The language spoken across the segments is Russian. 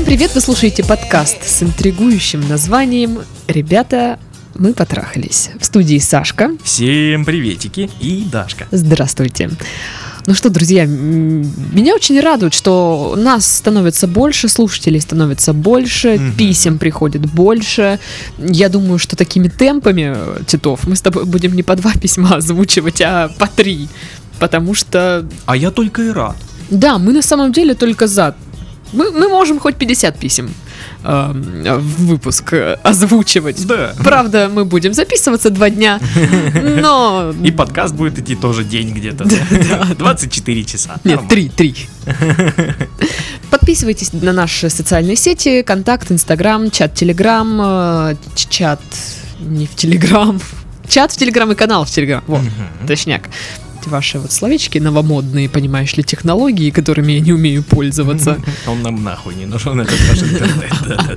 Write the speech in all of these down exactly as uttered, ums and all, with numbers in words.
привет! Вы слушаете подкаст с интригующим названием «Ребята, мы потрахались». В студии Сашка. Всем приветики и Дашка. Здравствуйте. Ну что, друзья, меня очень радует, что нас становится больше, слушателей становится больше, mm-hmm. писем приходит больше. Я думаю, что такими темпами, Титов, мы с тобой будем не по два письма озвучивать, а по три. Потому что... А я только и рад. Да, мы на самом деле только за... Мы, мы можем хоть пятьдесят писем э, в выпуск озвучивать. Да. Правда, мы будем записываться два дня, но... И подкаст будет идти тоже день где-то. двадцать четыре часа. Нет, три, три. Подписывайтесь на наши социальные сети: контакт, Инстаграм, чат, Телеграм, чат не в Телеграм, чат в Телеграм и канал в Телеграм. Вот, точняк. Ваши вот словечки новомодные, понимаешь ли, технологии, которыми я не умею пользоваться. Он нам нахуй не нужен, этот ваш интернет.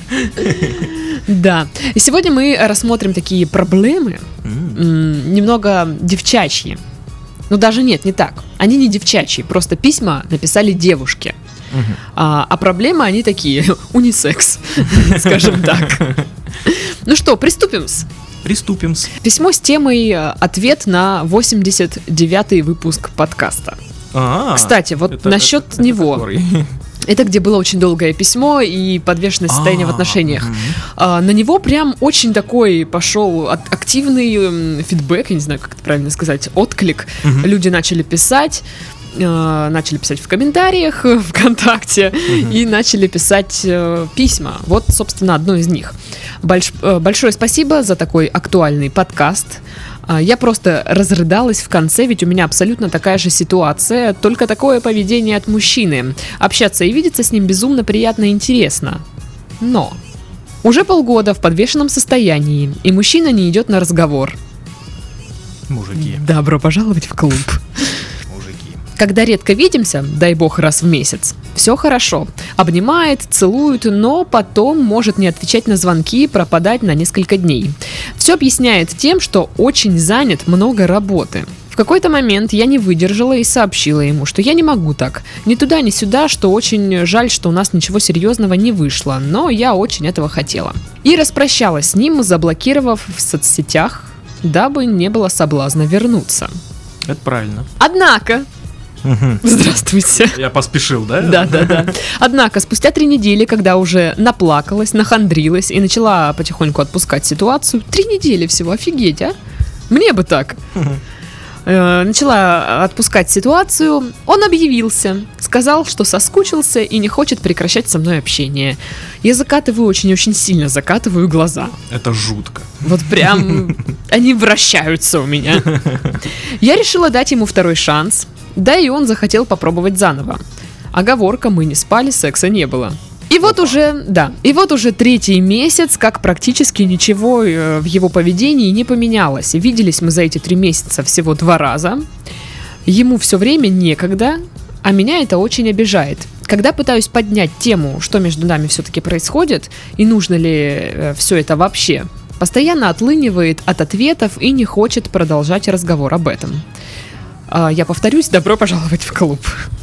Да. И сегодня мы рассмотрим такие проблемы, немного девчачьи. Ну даже нет, не так. Они не девчачьи, просто письма написали девушки. А, а проблемы они такие, унисекс, скажем так. Ну что, приступим-с. Приступим. Письмо с темой «Ответ на восемьдесят девятый выпуск подкаста». А-а-а, Кстати, вот это, насчет это, него. Это, это где было очень долгое письмо и подвешенное состояние А-а-а. в отношениях. А, на него прям очень такой пошел активный фидбэк, я не знаю, как это правильно сказать, отклик. Угу. Люди начали писать. Начали писать в комментариях ВКонтакте uh-huh. и начали писать э, письма. Вот, собственно, одно из них. Больш, э, большое спасибо за такой актуальный подкаст. Э, я просто разрыдалась в конце, ведь у меня абсолютно такая же ситуация, только такое поведение от мужчины. Общаться и видеться с ним безумно приятно и интересно. Но уже полгода в подвешенном состоянии, и мужчина не идет на разговор. Мужики. Добро пожаловать в клуб. Когда редко видимся, дай бог раз в месяц, все хорошо. Обнимает, целует, но потом может не отвечать на звонки и пропадать на несколько дней. Все объясняет тем, что очень занят, много работы. В какой-то момент я не выдержала и сообщила ему, что я не могу так. Ни туда, ни сюда, что очень жаль, что у нас ничего серьезного не вышло, но я очень этого хотела. И распрощалась с ним, заблокировав в соцсетях, дабы не было соблазна вернуться. Это правильно. Однако... Угу. Здравствуйте. Я поспешил, да? Да, да, да. Однако, спустя три недели, когда уже наплакалась, нахандрилась и начала потихоньку отпускать ситуацию, три недели всего, офигеть, а? Мне бы так. Угу. Э, начала отпускать ситуацию, он объявился, сказал, что соскучился и не хочет прекращать со мной общение. Я закатываю, очень-очень сильно закатываю глаза. Это жутко. Вот прям они вращаются у меня. Я решила дать ему второй шанс. Да, и он захотел попробовать заново. Оговорка: мы не спали, секса не было. И вот Опа. уже, да, и вот уже третий месяц, как практически ничего в его поведении не поменялось. Виделись мы за эти три месяца всего два раза. Ему все время некогда, а меня это очень обижает. Когда пытаюсь поднять тему, что между нами все-таки происходит, и нужно ли все это вообще, постоянно отлынивает от ответов и не хочет продолжать разговор об этом. Я повторюсь, добро пожаловать в клуб.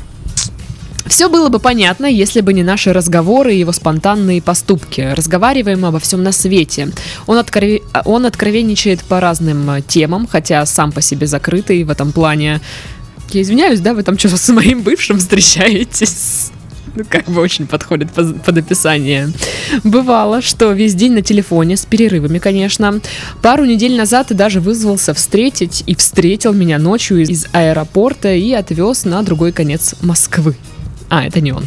Все было бы понятно, если бы не наши разговоры и его спонтанные поступки. Разговариваем обо всем на свете. Он, открове... Он откровенничает по разным темам, хотя сам по себе закрытый в этом плане. Я извиняюсь, да, вы там что-то с моим бывшим встречаетесь? Ну, как бы очень подходит под описание. Бывало, что весь день на телефоне, с перерывами, конечно. Пару недель назад даже вызвался встретить и встретил меня ночью из аэропорта и отвез на другой конец Москвы. А, это не он.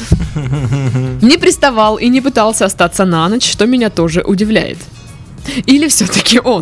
Не приставал и не пытался остаться на ночь, что меня тоже удивляет. Или все-таки он?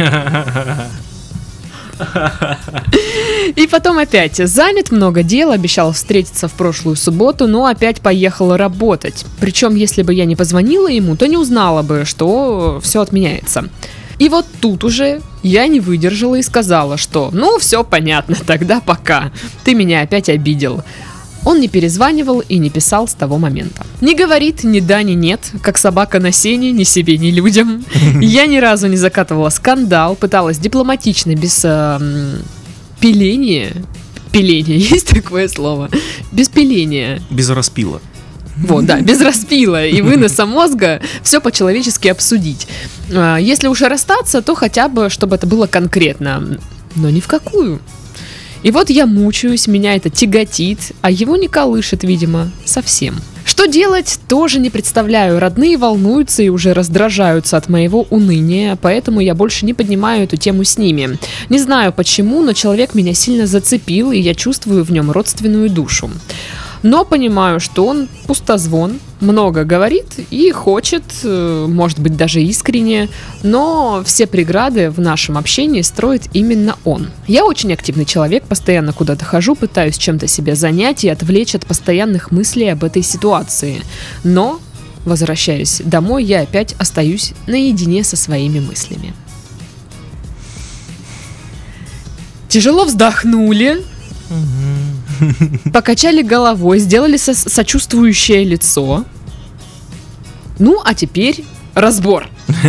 И потом опять занят, много дел, обещал встретиться в прошлую субботу, но опять поехал работать. Причем, если бы я не позвонила ему, то не узнала бы, что все отменяется. И вот тут уже я не выдержала и сказала, что ну все понятно, тогда пока, ты меня опять обидел. Он не перезванивал и не писал с того момента. Не говорит ни да, ни нет, как собака на сене, ни себе, ни людям. Я ни разу не закатывала скандал, пыталась дипломатично, без э, пиления. Пиление, есть такое слово? Без пиления. Без распила. Вот, да, без распила и выноса мозга, все по-человечески обсудить. А, Если уж и расстаться, то хотя бы, чтобы это было конкретно, но ни в какую. И вот я мучаюсь, меня это тяготит, а его не колышет, видимо, совсем. Что делать, тоже не представляю. Родные волнуются и уже раздражаются от моего уныния, поэтому я больше не поднимаю эту тему с ними. Не знаю почему, но человек меня сильно зацепил, и я чувствую в нем родственную душу. Но понимаю, что он пустозвон, много говорит и хочет, э, может быть, даже искренне, но все преграды в нашем общении строит именно он. Я очень активный человек, постоянно куда-то хожу, пытаюсь чем-то себя занять и отвлечь от постоянных мыслей об этой ситуации. Но, возвращаясь домой, я опять остаюсь наедине со своими мыслями. Тяжело вздохнули, покачали головой, сделали со- сочувствующее лицо. Ну, а теперь разбор.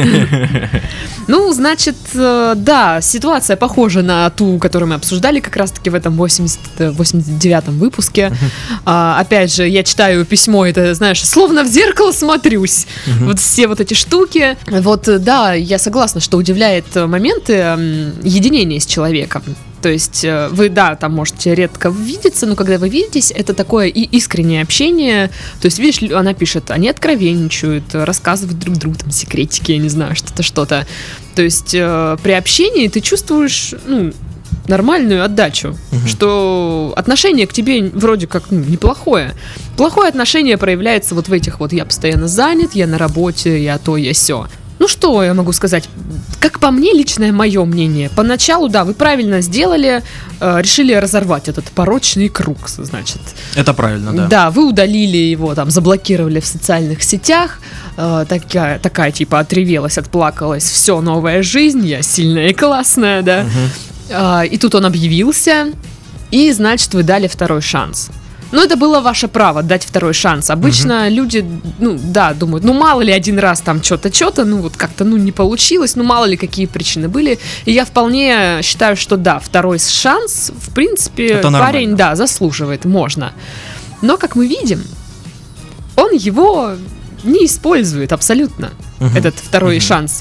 Ну, значит, э, да, ситуация похожа на ту, которую мы обсуждали как раз-таки в этом восемьдесят девятом выпуске. А, опять же, я читаю письмо, это, знаешь, словно в зеркало смотрюсь. Вот все вот эти штуки. Вот, да, я согласна, что удивляет моменты м, единения с человеком. То есть э, вы, да, там можете редко видеться, но когда вы видитесь, это такое и искреннее общение. То есть, видишь, она пишет, они откровенничают, рассказывают друг другу там секретики, я не знаю, что-то, что-то. То есть э, при общении ты чувствуешь, ну, нормальную отдачу, угу. Что отношение к тебе вроде как, ну, неплохое. Плохое отношение проявляется вот в этих вот: я постоянно занят, я на работе, я то, я сё. Ну что я могу сказать? Как по мне, личное мое мнение, поначалу, да, вы правильно сделали, э, решили разорвать этот порочный круг, значит. Это правильно, да. Да, вы удалили его, там, заблокировали в социальных сетях, э, такая, такая, типа, отревелась, отплакалась, все, новая жизнь, я сильная и классная, да. Угу. Э, и тут он объявился, и, значит, вы дали второй шанс. Ну, это было ваше право, дать второй шанс. Обычно угу. люди, ну, да, думают, ну, мало ли один раз там что-то, что-то, ну, вот как-то, ну, не получилось, ну, мало ли какие причины были. И я вполне считаю, что да, второй шанс, в принципе, это парень, нормально. Да, заслуживает, можно. Но, как мы видим, он его не использует абсолютно, угу. этот второй угу. шанс.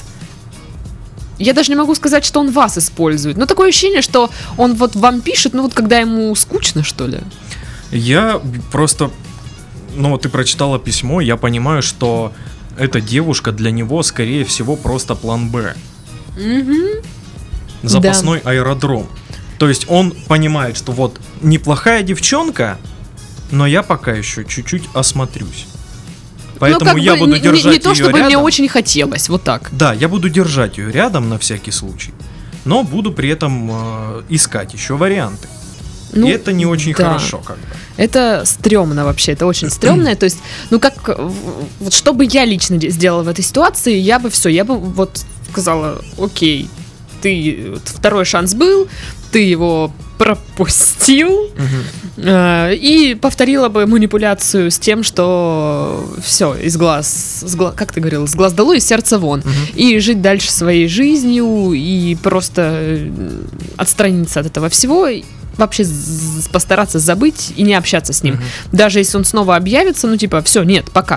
Я даже не могу сказать, что он вас использует. Но такое ощущение, что он вот вам пишет, ну, вот когда ему скучно, что ли. Я просто, ну вот ты прочитала письмо, я понимаю, что эта девушка для него, скорее всего, просто план Б. Mm-hmm. Запасной да. аэродром. То есть он понимает, что вот неплохая девчонка, но я пока еще чуть-чуть осмотрюсь. Поэтому ну, я бы буду держать ее рядом. Не то, чтобы рядом. Мне очень хотелось, вот так. Да, я буду держать ее рядом на всякий случай, но буду при этом э, искать еще варианты. Ну, и это не очень да. хорошо, как бы. Это стрёмно вообще, это очень стрёмно. То есть, ну как, вот что бы я лично сделала в этой ситуации, я бы все, я бы вот сказала, окей, ты, вот, второй шанс был, ты его пропустил, угу. э, и повторила бы манипуляцию с тем, что все, из глаз, с глаз, как ты говорила, с глаз долой, из сердца вон, угу. и жить дальше своей жизнью, и просто отстраниться от этого всего, вообще постараться забыть и не общаться с ним. Uh-huh. Даже если он снова объявится, ну типа, все, нет, пока.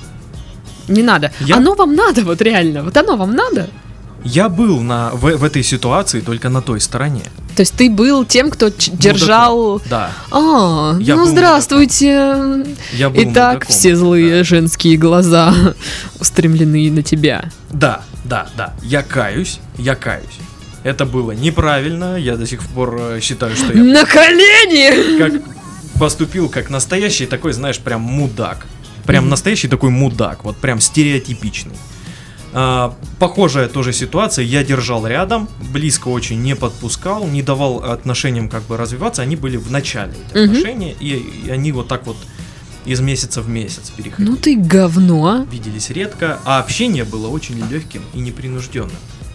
Не надо. Я... Оно вам надо, вот реально. Вот оно вам надо. Я был на, в, в этой ситуации только на той стороне. То есть ты был тем, кто ч- держал... Да. А, я ну здравствуйте. Я был Итак, мудаком. Все злые да. женские глаза устремлены на тебя. Да, да, да. Я каюсь, я каюсь. Это было неправильно, я до сих пор считаю, что я... На колени! Как поступил как настоящий такой, знаешь, прям мудак. Прям mm-hmm. настоящий такой мудак, вот прям стереотипичный. А, похожая тоже ситуация, я держал рядом, близко очень не подпускал, не давал отношениям как бы развиваться, они были в начале mm-hmm. отношения, и, и они вот так вот из месяца в месяц переходили. Ну ты говно. Виделись редко, а общение было очень легким и непринужденным.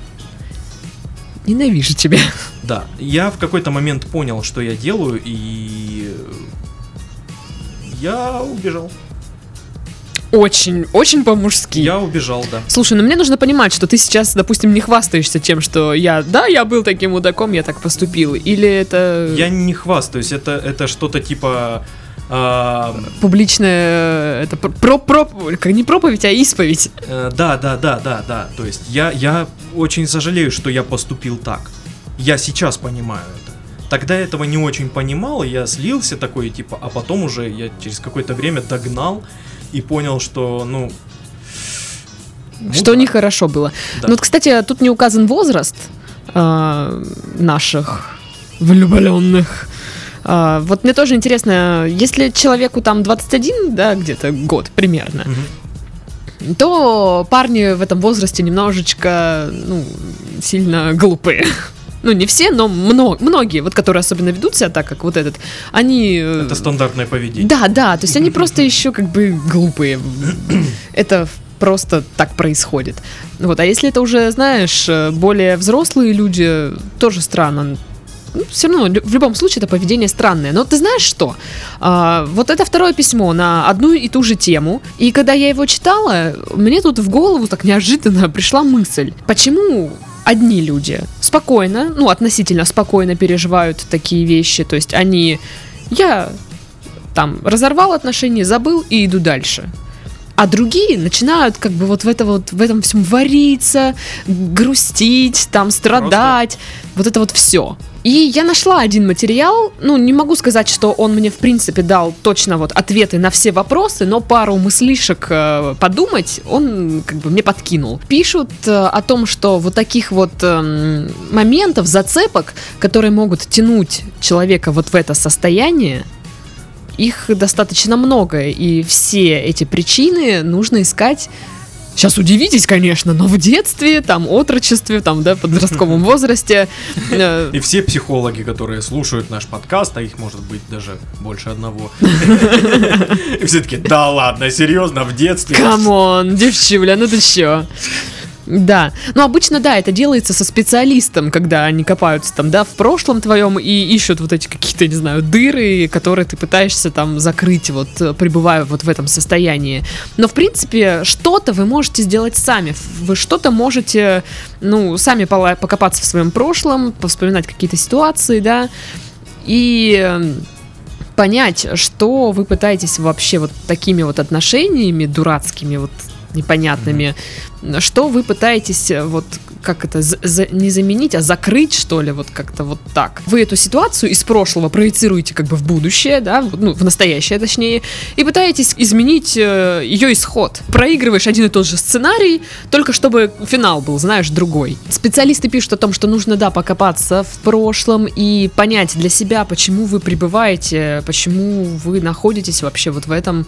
Ненавижу тебя. Да, я в какой-то момент понял, что я делаю, и я убежал. Очень, очень по-мужски. Я убежал, да. Слушай, ну мне нужно понимать, что ты сейчас, допустим, не хвастаешься тем, что я, да, я был таким мудаком, я так поступил, или это... Я не хвастаюсь, это, это что-то типа... А, Публичная, это про, про, как не проповедь, а исповедь. э, да, да, да, да, да. То есть я, я очень сожалею, что я поступил так. Я сейчас понимаю это. Тогда я этого не очень понимал, я слился такой, типа, а потом уже я через какое-то время догнал и понял, что, ну... Что мудак. нехорошо было. Да. Ну вот, кстати, тут не указан возраст э, наших влюбленных. Э, вот мне тоже интересно, если человеку там двадцать один, да, где-то год примерно, Мгм. то парни в этом возрасте немножечко, ну, сильно глупые. Ну, не все, но мно- многие, вот которые особенно ведут себя так, как вот этот, они... э, Это стандартное поведение. Да, да, то есть они просто еще как бы глупые. Это просто так происходит. Вот, а если это уже, знаешь, э, более взрослые люди, тоже странно. Ну, все равно, лю- в любом случае, это поведение странное. Но ты знаешь что? А, вот это второе письмо на одну и ту же тему. И когда я его читала, мне тут в голову так неожиданно пришла мысль. Почему одни люди спокойно, ну, относительно спокойно переживают такие вещи? То есть они... Я там разорвал отношения, забыл и иду дальше. А другие начинают как бы вот в, это вот в этом всем вариться, грустить, там страдать, вот это вот все. И я нашла один материал, ну не могу сказать, что он мне в принципе дал точно вот ответы на все вопросы, но пару мыслишек э, подумать он как бы мне подкинул. Пишут э, о том, что вот таких вот э, моментов, зацепок, которые могут тянуть человека вот в это состояние, их достаточно много, и все эти причины нужно искать. Сейчас удивитесь, конечно, но в детстве, там, отрочестве, там, да, подростковом возрасте. э, И все психологи, которые слушают наш подкаст, а их может быть даже больше одного. И все таки да ладно, серьезно, в детстве? Камон, девчуля, ну ты чё? Да, ну обычно, да, это делается со специалистом, когда они копаются там, да, в прошлом твоем и ищут вот эти какие-то, не знаю, дыры, которые ты пытаешься там закрыть, вот, пребывая вот в этом состоянии. Но, в принципе, что-то вы можете сделать сами, вы что-то можете, ну, сами пола- покопаться в своем прошлом, повспоминать какие-то ситуации, да, и понять, что вы пытаетесь вообще вот такими вот отношениями дурацкими, вот непонятными, что вы пытаетесь вот как это, за- за- не заменить, а закрыть, что ли, вот как-то вот так. Вы эту ситуацию из прошлого проецируете как бы в будущее, да, в- ну, в настоящее точнее, и пытаетесь изменить э, ее исход. Проигрываешь один и тот же сценарий, только чтобы финал был, знаешь, другой. Специалисты пишут о том, что нужно, да, покопаться в прошлом и понять для себя, почему вы пребываете, почему вы находитесь вообще вот в этом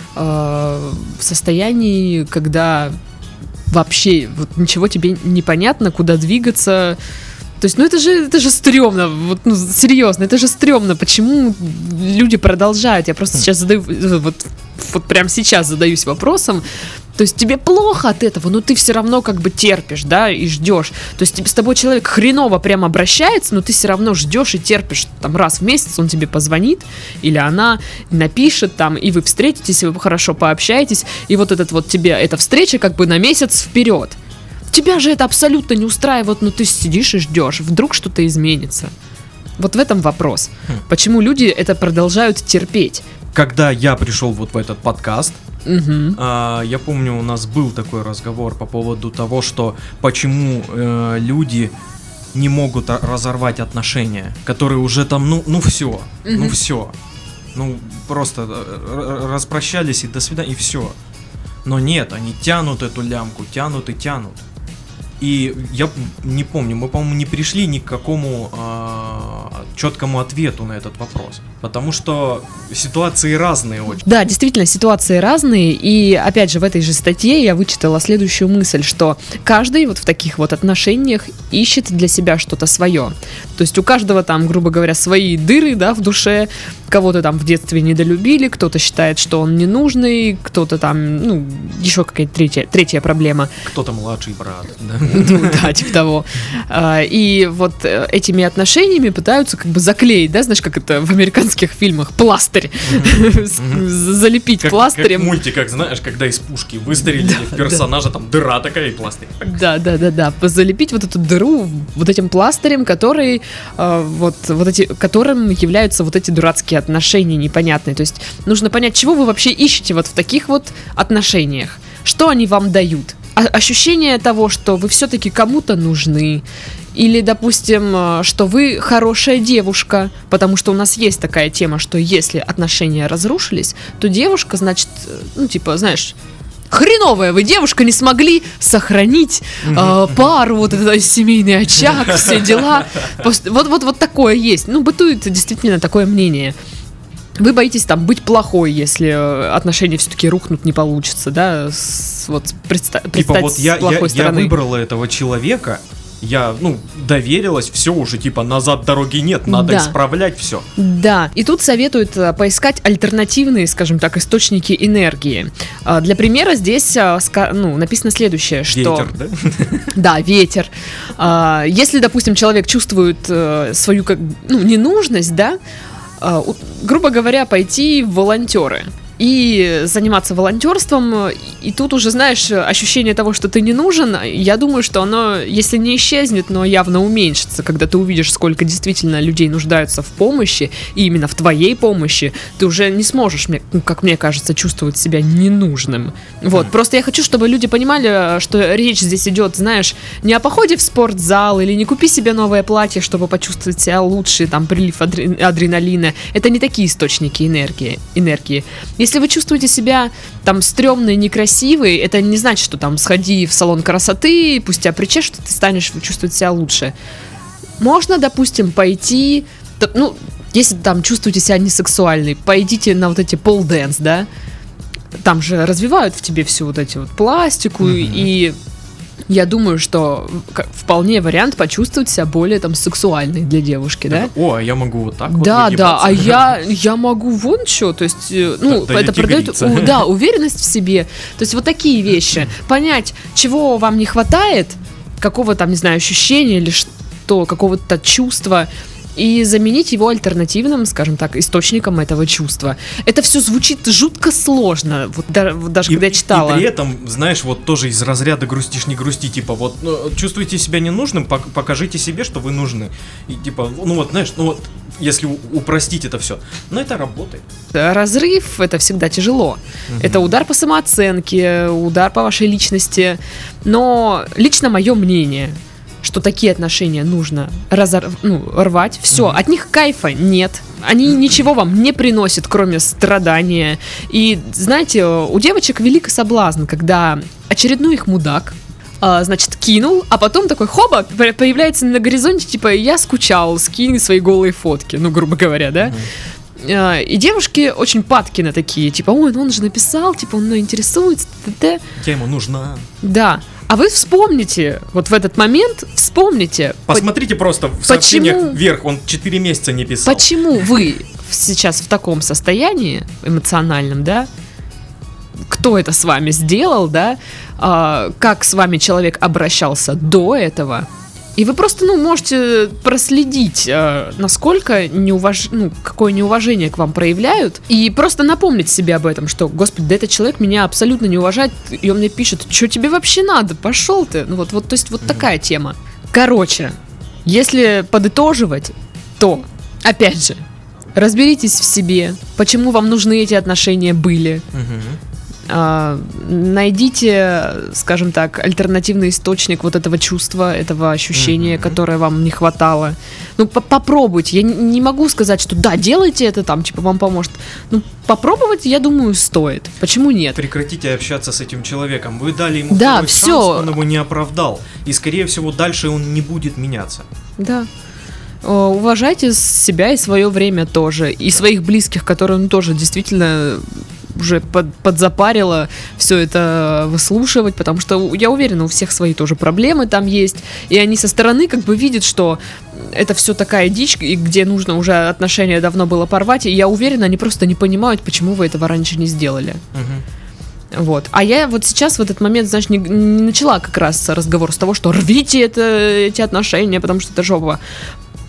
э, состоянии, когда вообще вот ничего тебе не понятно, куда двигаться. То есть, ну это же, это же стрёмно, вот, ну серьезно, это же стрёмно, почему люди продолжают. Я просто сейчас задаю, вот, вот прямо сейчас задаюсь вопросом. То есть тебе плохо от этого, но ты все равно как бы терпишь, да, и ждешь. То есть с тобой человек хреново прям обращается, но ты все равно ждешь и терпишь. Там раз в месяц он тебе позвонит, или она напишет там, и вы встретитесь, и вы хорошо пообщаетесь, и вот этот вот тебе, эта встреча как бы на месяц вперед. Тебя же это абсолютно не устраивает, но ты сидишь и ждешь, вдруг что-то изменится. Вот в этом вопрос. Хм. Почему люди это продолжают терпеть? Когда я пришел вот в этот подкаст, Угу. а, я помню, у нас был такой разговор по поводу того, что почему э, люди не могут а- разорвать отношения, которые уже там, ну, ну все, ну Мгм. все, ну просто э, р- распрощались и до свидания, и все. Но нет, они тянут эту лямку, тянут и тянут. И я не помню, мы, по-моему, не пришли ни к какому а, четкому ответу на этот вопрос. Потому что ситуации разные очень. Да, действительно, ситуации разные, и опять же в этой же статье я вычитала следующую мысль, что каждый вот в таких вот отношениях ищет для себя что-то свое. То есть у каждого там, грубо говоря, свои дыры, да, в душе, кого-то там в детстве недолюбили, кто-то считает, что он ненужный, кто-то там, ну, еще какая-то третья, третья проблема. Кто-то младший брат, да? Ну, да, типа того. А, И вот э, этими отношениями пытаются как бы заклеить, да, знаешь, как это в американских фильмах, пластырь, залепить пластырем. Как мультик, как знаешь, когда из пушки выстрелили в персонажа, там дыра такая и пластырь. Да, да, да, да, залепить вот эту дыру вот этим пластырем, который вот, вот эти, которым являются вот эти дурацкие отношения непонятные. То есть нужно понять, чего вы вообще ищете вот в таких вот отношениях, что они вам дают. Ощущение того, что вы все-таки кому-то нужны, или, допустим, что вы хорошая девушка, потому что у нас есть такая тема, что если отношения разрушились, то девушка, значит, ну, типа, знаешь, хреновая вы девушка, не смогли сохранить э, пару, вот этот семейный очаг, все дела. Вот-вот-вот такое есть. Ну, бытует действительно такое мнение. Вы боитесь там быть плохой, если отношения все-таки рухнут, не получится, да, с, вот предста- типа предстать вот я, с плохой я, стороны. Я выбрала этого человека, я, ну, доверилась, все уже, типа, назад дороги нет, надо Да. исправлять все. Да, и тут советуют а, поискать альтернативные, скажем так, источники энергии. А, для примера здесь а, ска- ну, написано следующее, что... Ветер, да? Да, ветер. А, если, допустим, человек чувствует а, свою, как, ну, ненужность, да, а, у, грубо говоря, пойти в волонтеры и заниматься волонтерством, и тут уже, знаешь, ощущение того, что ты не нужен, я думаю, что оно, если не исчезнет, но явно уменьшится, когда ты увидишь, сколько действительно людей нуждаются в помощи, и именно в твоей помощи, ты уже не сможешь, как мне кажется, чувствовать себя ненужным. Вот, просто я хочу, чтобы люди понимали, что речь здесь идет, знаешь, не о походе в спортзал, или не купи себе новое платье, чтобы почувствовать себя лучше, там, прилив адре- адреналина. Это не такие источники энергии. энергии. Если вы чувствуете себя там стрёмной, некрасивой, это не значит, что там сходи в салон красоты, пусть тебя причешут, ты станешь чувствовать себя лучше. Можно, допустим, пойти, ну, если там чувствуете себя несексуальной, пойдите на вот эти пол-дэнс, да, там же развивают в тебе всю вот эти вот пластику, mm-hmm. и я думаю, что вполне вариант почувствовать себя более там сексуальной для девушки, да? О, а я могу вот так да, вот да, а я, я могу вон что, то есть, ну, да, это продает, у, да, уверенность в себе, то есть вот такие вещи, понять, чего вам не хватает, какого там, не знаю, ощущения или что, какого-то чувства, и заменить его альтернативным, скажем так, источником этого чувства. Это все звучит жутко сложно, вот, да, вот даже и, когда я читала. И при этом, знаешь, вот тоже из разряда грустишь, не грусти, типа вот ну, чувствуете себя ненужным, покажите себе, что вы нужны. И типа, ну вот, знаешь, ну вот, если упростить это все, но это работает. Разрыв — это всегда тяжело. Угу. Это удар по самооценке, удар по вашей личности. Но лично мое мнение, что такие отношения нужно разор... ну, рвать. Все, mm-hmm. от них кайфа нет. Они mm-hmm. ничего вам не приносят, кроме страдания. И, знаете, у девочек велик соблазн, когда очередной их мудак, а, значит, кинул, а потом такой, хоба, появляется на горизонте, типа, я скучал, скинь свои голые фотки, ну, грубо говоря, да? Mm-hmm. И девушки очень падки на такие, типа, ой, ну он же написал, типа, он мной интересуется, т.д. Я ему нужна. Да. А вы вспомните, вот в этот момент вспомните. Посмотрите по- просто в сообщениях почему, вверх, он четыре месяца не писал. Почему вы сейчас в таком состоянии эмоциональном, да? Кто это с вами сделал, да? А, как с вами человек обращался до этого? И вы просто, ну, можете проследить, э, насколько неуваж... ну, какое неуважение к вам проявляют, и просто напомнить себе об этом, что, господи, да этот человек меня абсолютно не уважает, и он мне пишет, что тебе вообще надо, пошел ты. Ну вот, вот, то есть вот mm-hmm. такая тема. Короче, если подытоживать, то, опять же, разберитесь в себе, почему вам нужны эти отношения были. Mm-hmm. Uh, найдите, скажем так, альтернативный источник вот этого чувства, этого ощущения, mm-hmm. которое вам не хватало. Ну, попробуйте. Я не могу сказать, что да, делайте это там, типа, вам поможет. Ну, попробовать, я думаю, стоит. Почему нет? Прекратите общаться с этим человеком. Вы дали ему да, второй все. шанс, он его не оправдал. И, скорее всего, дальше он не будет меняться. Да. Уважайте себя и свое время тоже. И да. своих близких, которые, ну, тоже действительно уже под, подзапарило все это выслушивать, потому что я уверена, у всех свои тоже проблемы там есть, и они со стороны как бы видят, что это все такая дичь, и где нужно уже отношения давно было порвать, и я уверена, они просто не понимают, почему вы этого раньше не сделали. Угу. Вот. А я вот сейчас в этот момент, знаешь, не, не начала как раз разговор с того, что рвите это, эти отношения, потому что это жопа.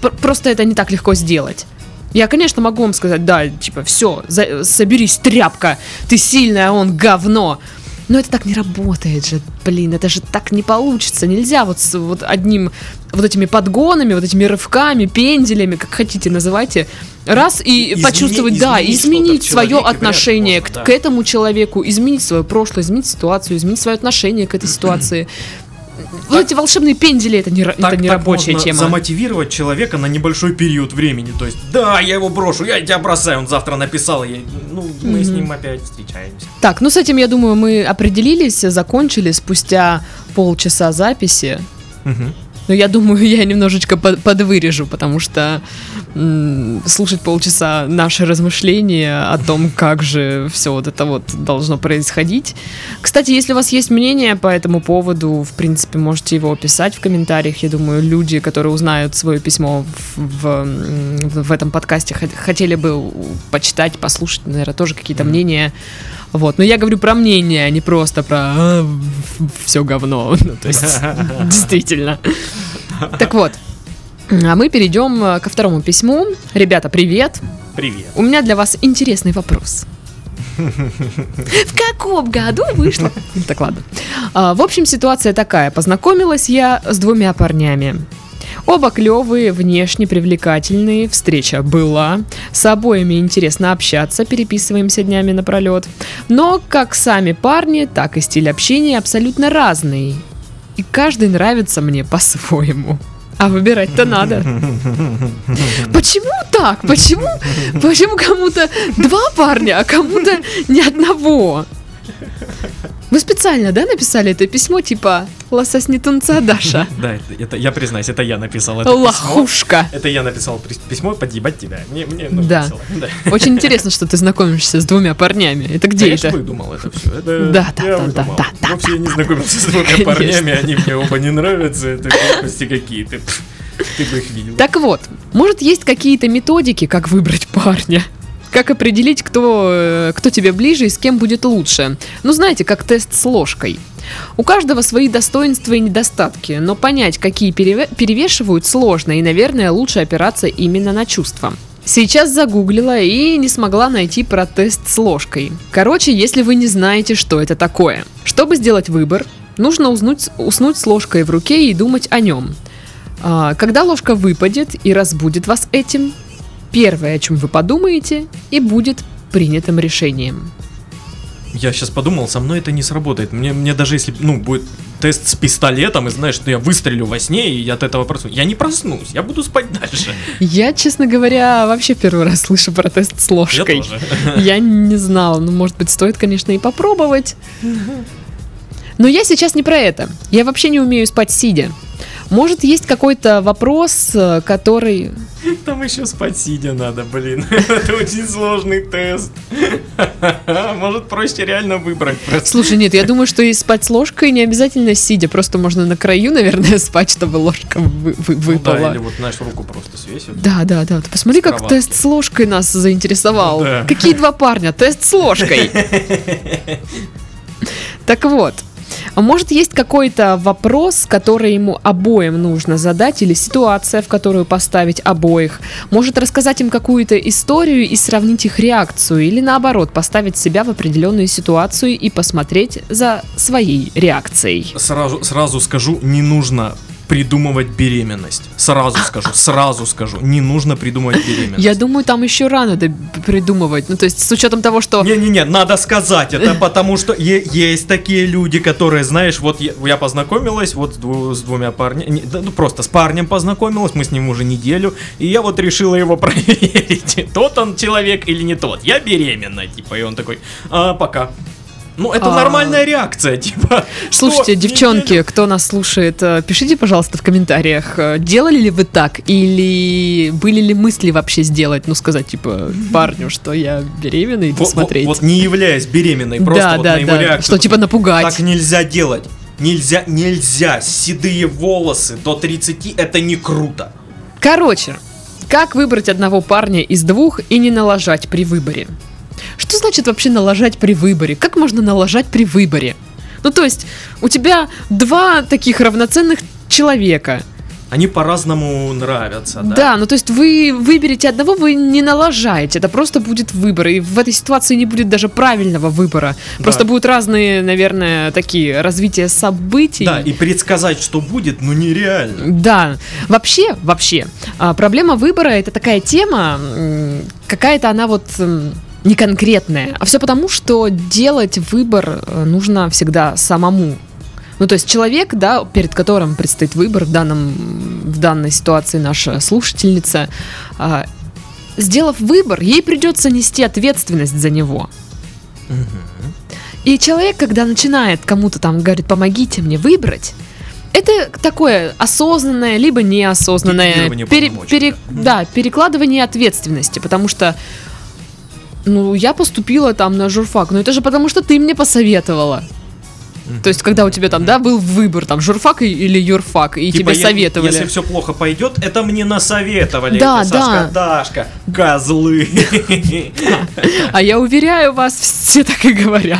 п- просто это не так легко сделать. Я, конечно, могу вам сказать, да, типа, все, за- соберись, тряпка, ты сильная, а он говно. Но это так не работает же, блин, это же так не получится. Нельзя вот с вот одним, вот этими подгонами, вот этими рывками, пенделями, как хотите называйте, раз и Измени- почувствовать, да, изменить изменить что-то в свое человеке отношение вряд ли к, можно, к этому человеку, изменить свое прошлое, изменить ситуацию, изменить свое отношение к этой ситуации. Вот эти волшебные пендели, это не, ра- Так, это не так рабочая можно тема. замотивировать человека на небольшой период времени. То есть, да, я его брошу, я тебя бросаю, он завтра написал, я, ну, мы с ним опять встречаемся. Так, ну с этим, я думаю, мы определились, закончили спустя полчаса записи. Мгм. Но я думаю, я немножечко под- подвырежу, потому что м, слушать полчаса наши размышления о том, как же все вот это вот должно происходить. Кстати, если у вас есть мнение по этому поводу, в принципе, можете его писать в комментариях. Я думаю, люди, которые узнают свое письмо в, в, м, в этом подкасте, хот- хотели бы почитать, послушать, наверное, тоже какие-то Мгм. мнения. Вот. Но я говорю про мнение, а не просто про все говно. Ну, то есть, действительно. Так вот, а мы перейдем ко второму письму. Ребята, привет. Привет. У меня для вас интересный вопрос. В каком году вышло? Так, ладно. А, В общем, ситуация такая. Познакомилась я с двумя парнями. Оба клевые, внешне привлекательные, встреча была. С обоими интересно общаться, переписываемся днями напролет. Но как сами парни, так и стиль общения абсолютно разный. И каждый нравится мне по-своему. А выбирать-то надо. Почему так? Почему? Почему кому-то два парня, а кому-то ни одного? Вы специально, да, написали это письмо, типа «Лосось не тунца, Даша»? Да, это, это- я признаюсь, это я написал это письмо. Лохушка. Это я написал пис- письмо подъебать тебя. Мне, мне ну, Да. весело. Да. Очень интересно, что ты знакомишься с двумя парнями. Это где Да я это? ж выдумал это все. Это Да, да, я да, да, выдумал. да, да, Вовсе я не знакомился с двумя Конечно. парнями, они мне оба не нравятся. Это глупости какие-то. Пф, Ты бы их видел. Так вот, может, есть какие-то методики, как выбрать парня? Как определить, кто, э, кто тебе ближе и с кем будет лучше? Ну, знаете, как тест с ложкой. У каждого свои достоинства и недостатки, но понять, какие переве- перевешивают, сложно, и, наверное, лучше опираться именно на чувства. Сейчас загуглила и не смогла найти про тест с ложкой. Короче, если вы не знаете, что это такое. Чтобы сделать выбор, нужно уснуть, уснуть с ложкой в руке и думать о нем. А, когда ложка выпадет и разбудит вас этим, первое, о чем вы подумаете, и будет принятым решением. Я сейчас подумал, со мной это не сработает. Мне, мне даже если, ну, будет тест с пистолетом, и знаешь, что я выстрелю во сне, и от этого проснусь. Я не проснусь, я буду спать дальше. Я, честно говоря, вообще первый раз слышу про тест с Я ложкой. тоже. Я не знала. Ну, может быть, стоит, конечно, и попробовать. Но я сейчас не про это. Я вообще не умею спать сидя. Может, есть какой-то вопрос, э, который... Там еще спать сидя надо, блин. Это очень сложный тест. Может, проще реально выбрать просто. Слушай, нет, я думаю, что и спать с ложкой не обязательно сидя. Просто можно на краю, наверное, спать, чтобы ложка вы- вы- Ну да, выпала. или вот, знаешь, руку просто свесил. Да, да, да. Ты посмотри, С как кроватки. тест с ложкой нас заинтересовал. Да. Какие два парня? Тест с ложкой. Так вот. А может, есть какой-то вопрос, который ему обоим нужно задать, или ситуация, в которую поставить обоих? Может, рассказать им какую-то историю и сравнить их реакцию, или наоборот, поставить себя в определенную ситуацию и посмотреть за своей реакцией? Сразу, сразу скажу, не нужно придумывать беременность. Сразу скажу, сразу скажу, не нужно придумывать беременность. Я думаю, там еще рано да, придумывать. Ну, то есть, с учетом того, что... Не-не-не, надо сказать это, потому что е- есть такие люди, которые, знаешь, вот я, я познакомилась вот с, дву- с двумя парнями, да, ну просто с парнем познакомилась, мы с ним уже неделю, и я вот решила его проверить, тот он человек или не тот. Я беременна, типа, и он такой, а, пока. Ну, это А. нормальная реакция, типа. Слушайте, что, девчонки, неделю? кто нас слушает, э, пишите, пожалуйста, в комментариях, э, делали ли вы так, или были ли мысли вообще сделать, ну, сказать, типа, парню, что я беременна, и Вот- посмотреть. Вот, вот не являясь беременной, просто Да, вот да, на его да, реакцию. что, типа, напугать. Так нельзя делать. Нельзя, нельзя. Седые волосы до тридцати это не круто. Короче, как выбрать одного парня из двух и не налажать при выборе? Что значит вообще налажать при выборе? Как можно налажать при выборе? Ну, то есть, у тебя два таких равноценных человека. Они по-разному нравятся, да? Да, ну то есть вы выберете одного, вы не налажаете, это просто будет выбор, и в этой ситуации не будет даже правильного выбора, Да. просто будут разные, наверное, такие развития событий. Да, и предсказать, что будет, ну нереально. Да, вообще, вообще, а, проблема выбора — это такая тема, м, какая-то она вот м, не конкретная, а все потому, что делать выбор э, нужно всегда самому. Ну, то есть человек, да, перед которым предстоит выбор, в, данном, в данной ситуации наша слушательница, а, сделав выбор, ей придется нести ответственность за него. И человек, когда начинает кому-то там говорит, помогите мне выбрать, это такое осознанное, либо неосознанное Делегирование пере- полномочий, пере- да. да, перекладывание ответственности, потому что ну, я поступила там на журфак, но это же потому, что ты мне посоветовала. То есть, когда у тебя там, да, был выбор, там, журфак и- или юрфак, и Типа, тебе е- советовали. Если все плохо пойдет, это мне насоветовали. Да, это Сашка, да. Дашка, козлы. А я уверяю вас, все так и говорят.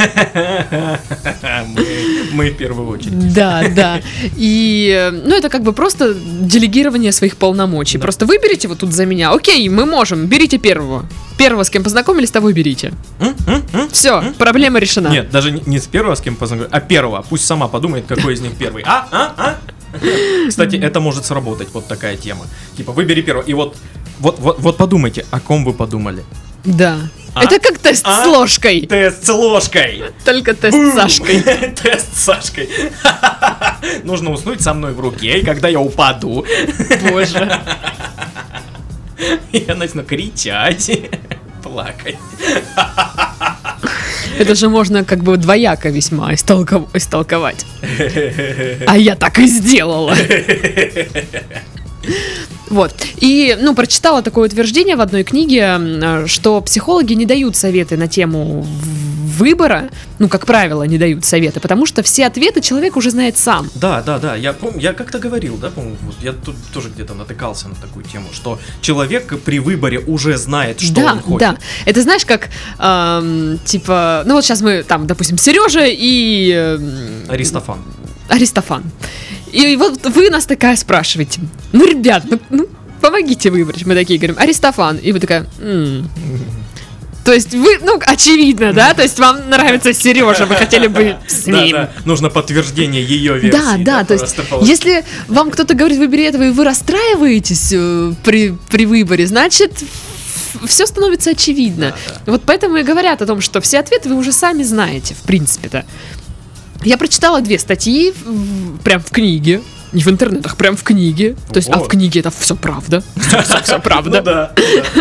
Мы мы в первую очередь. Да, да. И, э, ну, это как бы просто делегирование своих полномочий. Да. Просто выберите вот тут за меня. Окей, мы можем, берите первого. Первого, с кем познакомились, того и берите. М? М? М? Все, проблема решена. Нет, даже не не с первого, с кем познакомились, а первого. Пусть сама подумает, какой из них первый. А? А? А? Кстати, это может сработать, вот такая тема. Типа, выбери первого. И вот, вот, вот, вот подумайте, о ком вы подумали. Да. А? Это как тест А? с ложкой. Тест с ложкой. Только тест Бум! с Сашкой. Тест с Сашкой. Нужно уснуть со мной в руке, и когда я упаду, Боже. я начну кричать, плакать. Это же можно как бы двояко весьма истолков- истолковать. А я так и сделала. Вот. И, ну, прочитала такое утверждение в одной книге, м, что психологи не дают советы на тему в- выбора, ну, как правило, не дают советы, потому что все ответы человек уже знает сам. Да, да, да, я помню, я как-то говорил, да, по-моему, вот я тут тоже где-то натыкался на такую тему, что человек при выборе уже знает, что да, он хочет. да. Это знаешь, как, эм, типа, ну вот сейчас мы там, допустим, Сережа и эм, Аристофан. Аристофан. И вот вы нас такая спрашиваете, ну, ребят, ну, ну, помогите выбрать. Мы такие говорим, Аристофан. И вы такая, «М». То есть вы, ну, очевидно, да? То есть вам нравится Сережа, вы хотели бы с Да, ним. да, нужно подтверждение ее версии. Да, да, то есть, просто получить. если вам кто-то говорит, выбери этого, и вы расстраиваетесь э, при, при выборе, значит, все становится очевидно. Да, Вот поэтому и говорят о том, что все ответы вы уже сами знаете, в принципе-то. Я прочитала две статьи, в- прям в книге, не в интернетах, прям в книге. То есть, а Ого. в книге это все правда. Все правда. Ну да.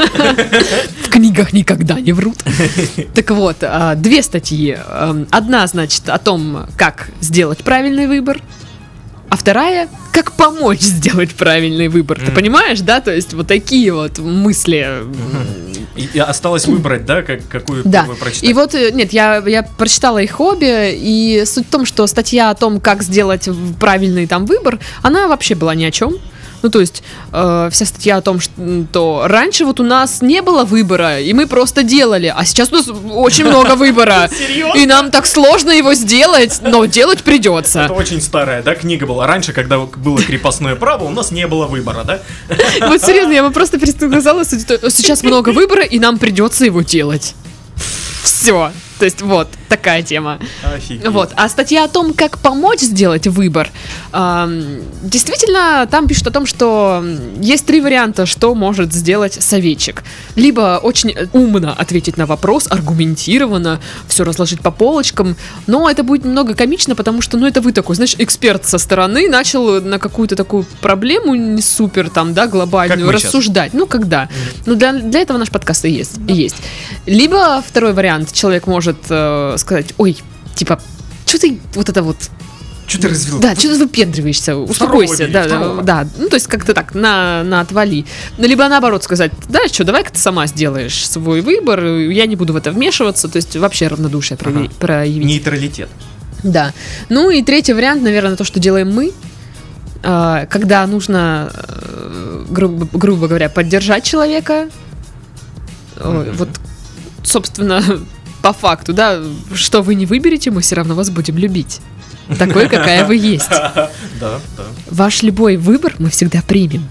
В книгах никогда не врут. Так вот, а, две статьи. Эм, Одна, значит, о том, как сделать правильный выбор, а вторая, как помочь сделать правильный выбор. Ты Мгм. понимаешь, да? То есть вот такие вот мысли. И, и осталось выбрать, да, как, какую Да. первую прочитать. И вот, э, нет, я, я прочитала их обе, и суть в том, что статья о том, как сделать в- правильный там выбор, она вообще была ни о чем. Ну, то есть, э, вся статья о том, что раньше вот у нас не было выбора, и мы просто делали, а сейчас у нас очень много выбора. Серьезно? И нам так сложно его сделать, но делать придется. Это очень старая, да, книга была. Раньше, когда было крепостное право, у нас не было выбора, да? Вот серьезно, я бы просто пересказала, сейчас много выбора, и нам придется его делать. Все. То есть вот такая тема. Офигеть. Вот. А статья о том, как помочь сделать выбор, эм, действительно, там пишут о том, что есть три варианта, что может сделать советчик. Либо очень умно ответить на вопрос, аргументированно, все разложить по полочкам, но это будет немного комично, потому что, ну, это вы такой, знаешь, эксперт со стороны, начал на какую-то такую проблему не супер, там, да, глобальную, Как мы щас. рассуждать. Ну, когда? Ну, для, для этого наш подкаст и есть. И есть. Либо второй вариант, человек может э, сказать, ой, типа, что ты вот это вот, Что ты развел? да, что ты выпендриваешься, успокойся, бери, да, да, второго. да, ну, то есть как-то так, на, на отвали. Ну, либо наоборот сказать, да, что, давай-ка ты сама сделаешь свой выбор, я не буду в это вмешиваться, то есть вообще равнодушие прояви- Ага. проявить. Нейтралитет. Да. Ну и третий вариант, наверное, то, что делаем мы, э, когда нужно, э, грубо, грубо говоря, поддержать человека. Ой, Мгм. вот, собственно, по факту, да, что вы не выберете, мы все равно вас будем любить. Такой, какая вы есть. Да, да. Ваш любой выбор мы всегда примем.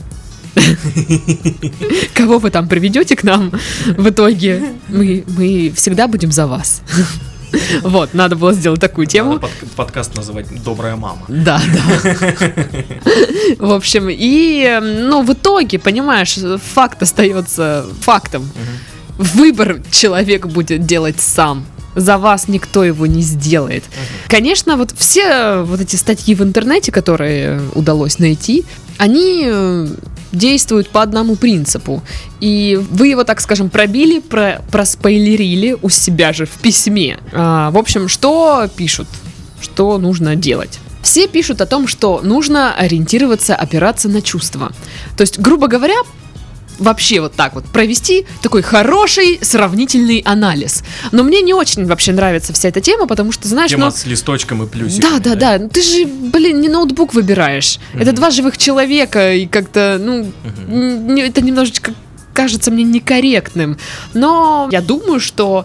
Кого вы там приведете к нам в итоге, мы, мы всегда будем за вас. Вот, надо было сделать такую тему. Надо под, подкаст называть «Добрая мама». Да, да. В общем, и, ну, в итоге, понимаешь, факт остается фактом. Угу. Выбор человек будет делать сам. За вас никто его не сделает. Uh-huh. Конечно, вот все вот эти статьи в интернете, которые удалось найти, они действуют по одному принципу. И вы его, так скажем, пробили, про, проспойлерили у себя же в письме. А, в общем, что пишут? Что нужно делать? Все пишут о том, что нужно ориентироваться, опираться на чувства. То есть, грубо говоря, вообще вот так вот провести такой хороший сравнительный анализ. Но мне не очень вообще нравится вся эта тема, потому что, знаешь, тема ну... с листочком и плюсиками. Да, да, да, да. Ты же, блин, не ноутбук выбираешь. Mm-hmm. Это два живых человека, и как-то, ну, mm-hmm. н- это немножечко кажется мне некорректным. Но я думаю, что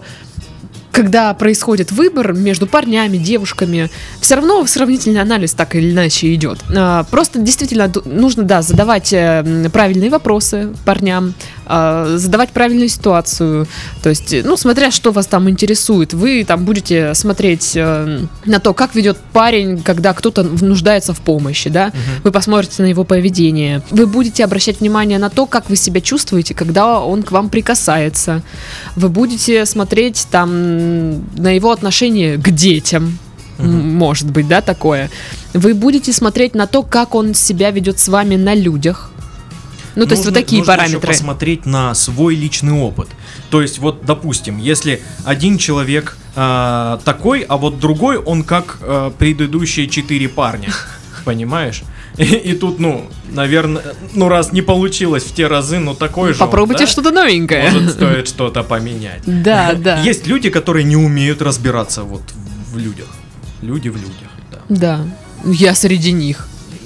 когда происходит выбор между парнями, девушками, все равно сравнительный анализ так или иначе идет. Просто действительно нужно, да, задавать правильные вопросы парням, задавать правильную ситуацию. То есть, ну, смотря что вас там интересует, вы там будете смотреть на то, как ведет парень, когда кто-то нуждается в помощи, да. Uh-huh. Вы посмотрите на его поведение. Вы будете обращать внимание на то, как вы себя чувствуете, когда он к вам прикасается. Вы будете смотреть там на его отношение к детям, uh-huh. может быть, да, такое. Вы будете смотреть на то, как он себя ведет с вами на людях. Ну, то нужно, есть вот такие нужно параметры. Нужно еще посмотреть на свой личный опыт. То есть вот, допустим, если один человек э, такой, а вот другой, он как э, предыдущие четыре парня, понимаешь? И, и тут, ну, наверное, ну, раз не получилось в те разы, ну, такой же попробуйте он, да? Что-то новенькое. Может, стоит что-то поменять. Да, да. Есть люди, которые не умеют разбираться вот в людях. Люди в людях, да. Да, я среди них.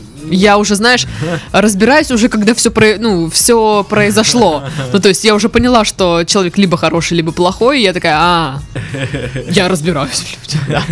Я уже, знаешь, разбираюсь уже, когда все, про, ну, все произошло. Ну, то есть я уже поняла, что человек либо хороший, либо плохой, и я такая, а, я разбираюсь в людях.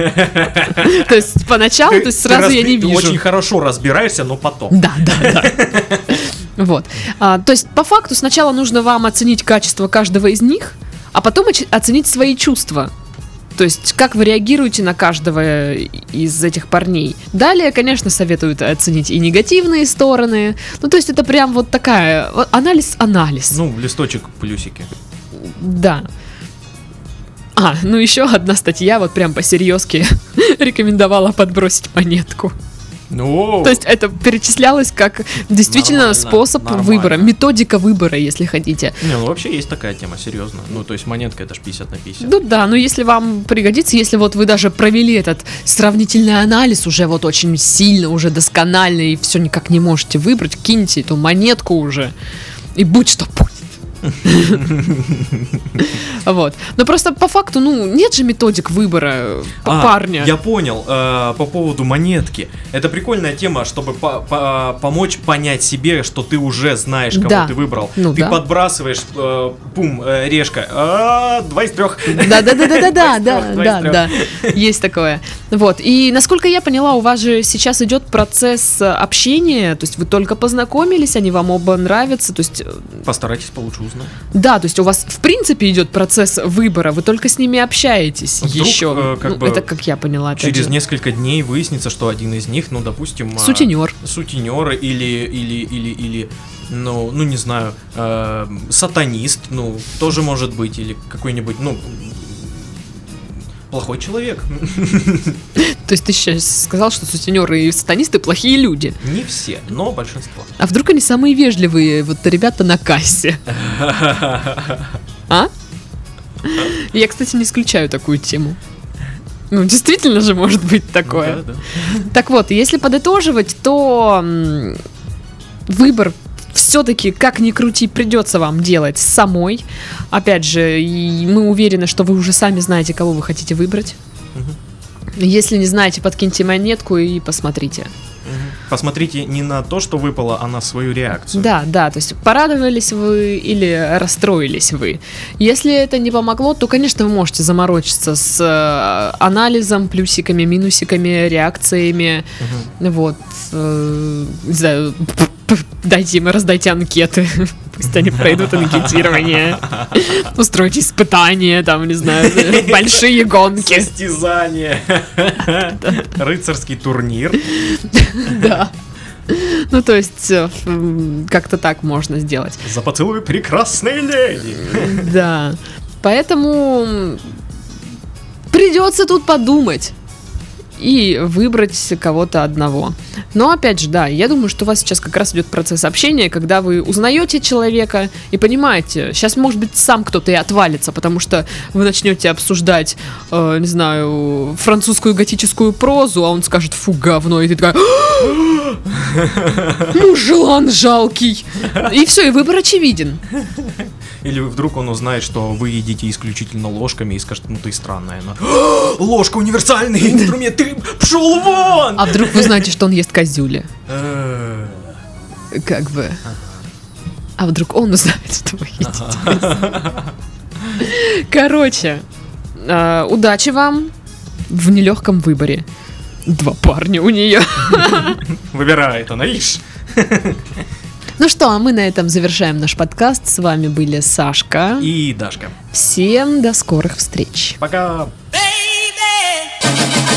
То есть поначалу, то есть сразу я не вижу. Ты очень хорошо разбираешься, но потом. Да, да, да. Вот. То есть по факту сначала нужно вам оценить качество каждого из них, а потом оценить свои чувства. То есть, как вы реагируете на каждого из этих парней. Далее, конечно, советуют оценить и негативные стороны. Ну, то есть, это прям вот такая... Анализ-анализ. Ну, листочек, плюсики. Да. А, ну еще одна статья, вот прям по-серьезки рекомендовала подбросить монетку. Ну, то есть это перечислялось как действительно нормально, способ нормально. выбора, методика выбора, если хотите. Не, ну вообще есть такая тема, серьезно. Ну, то есть монетка это ж пятьдесят на пятьдесят. Ну да, но если вам пригодится, если вот вы даже провели этот сравнительный анализ уже вот очень сильно, уже досконально, и все никак не можете выбрать, киньте эту монетку уже, и будь что будет. Вот. Но просто по факту, ну, нет же методик выбора а, парня. Я понял, э, по поводу монетки. Это прикольная тема, чтобы по- по- помочь понять себе, что ты уже знаешь, кого да. ты выбрал. Ну, ты да. подбрасываешь, э, пум, э, решка, а, два из трех. Да-да-да-да-да, да, да, да, есть такое. Вот, и насколько я поняла, у вас же сейчас идет процесс общения, то есть вы только познакомились, они вам оба нравятся, то есть... Постарайтесь получше узнать. Да, то есть у вас в принципе идет процесс выбора, вы только с ними общаетесь. Вдруг, еще. э, как ну, бы это как я поняла. опять Через же. несколько дней выяснится, что один из них, ну, допустим... Сутенер. А, сутенер или, или, или, или, ну, ну, не знаю, э, сатанист, ну, тоже может быть, или какой-нибудь, ну, плохой человек. То есть ты сейчас сказал, что сутенеры и сатанисты плохие люди? Не все, но большинство. А вдруг они самые вежливые, вот ребята на кассе? А? Я, кстати, не исключаю такую тему. Ну, действительно же может быть такое. Ну, да, да. Так вот, если подытоживать, то м, выбор все-таки, как ни крути, придется вам делать самой. Опять же, и мы уверены, что вы уже сами знаете, кого вы хотите выбрать. Угу. Если не знаете, подкиньте монетку и посмотрите. Угу. Посмотрите не на то, что выпало, а на свою реакцию. Да, да, то есть порадовались вы или расстроились вы. Если это не помогло, то, конечно, вы можете заморочиться с э, анализом, плюсиками, минусиками, реакциями. Угу. Вот, э, не знаю, дайте им, раздайте анкеты. Пусть они пройдут анкетирование. Устройте испытания, там, не знаю, большие гонки. Состязания. Рыцарский турнир. Да. Ну, то есть, как-то так можно сделать. За поцелуй прекрасной леди. Да. Поэтому придется тут подумать и выбрать кого-то одного. Но опять же, да, я думаю, что у вас сейчас как раз идет процесс общения, когда вы узнаете человека и понимаете, сейчас, может быть, сам кто-то и отвалится, потому что вы начнете обсуждать, э, не знаю, французскую готическую прозу, а он скажет: фу, говно, и ты такая: мужелан жалкий. И все, и выбор очевиден. Или вдруг он узнает, что вы едите исключительно ложками и скажет: ну ты странная. Но... Ложка — универсальный инструмент, ты пшел вон! А вдруг вы знаете, что он ест козюли? Как бы. А вдруг он узнает, что вы едите? Короче, удачи вам в нелегком выборе. Два парня у нее. Выбирает она, ишь. Ну что, а мы на этом завершаем наш подкаст. С вами были Сашка и Дашка. Всем до скорых встреч. Пока. Baby.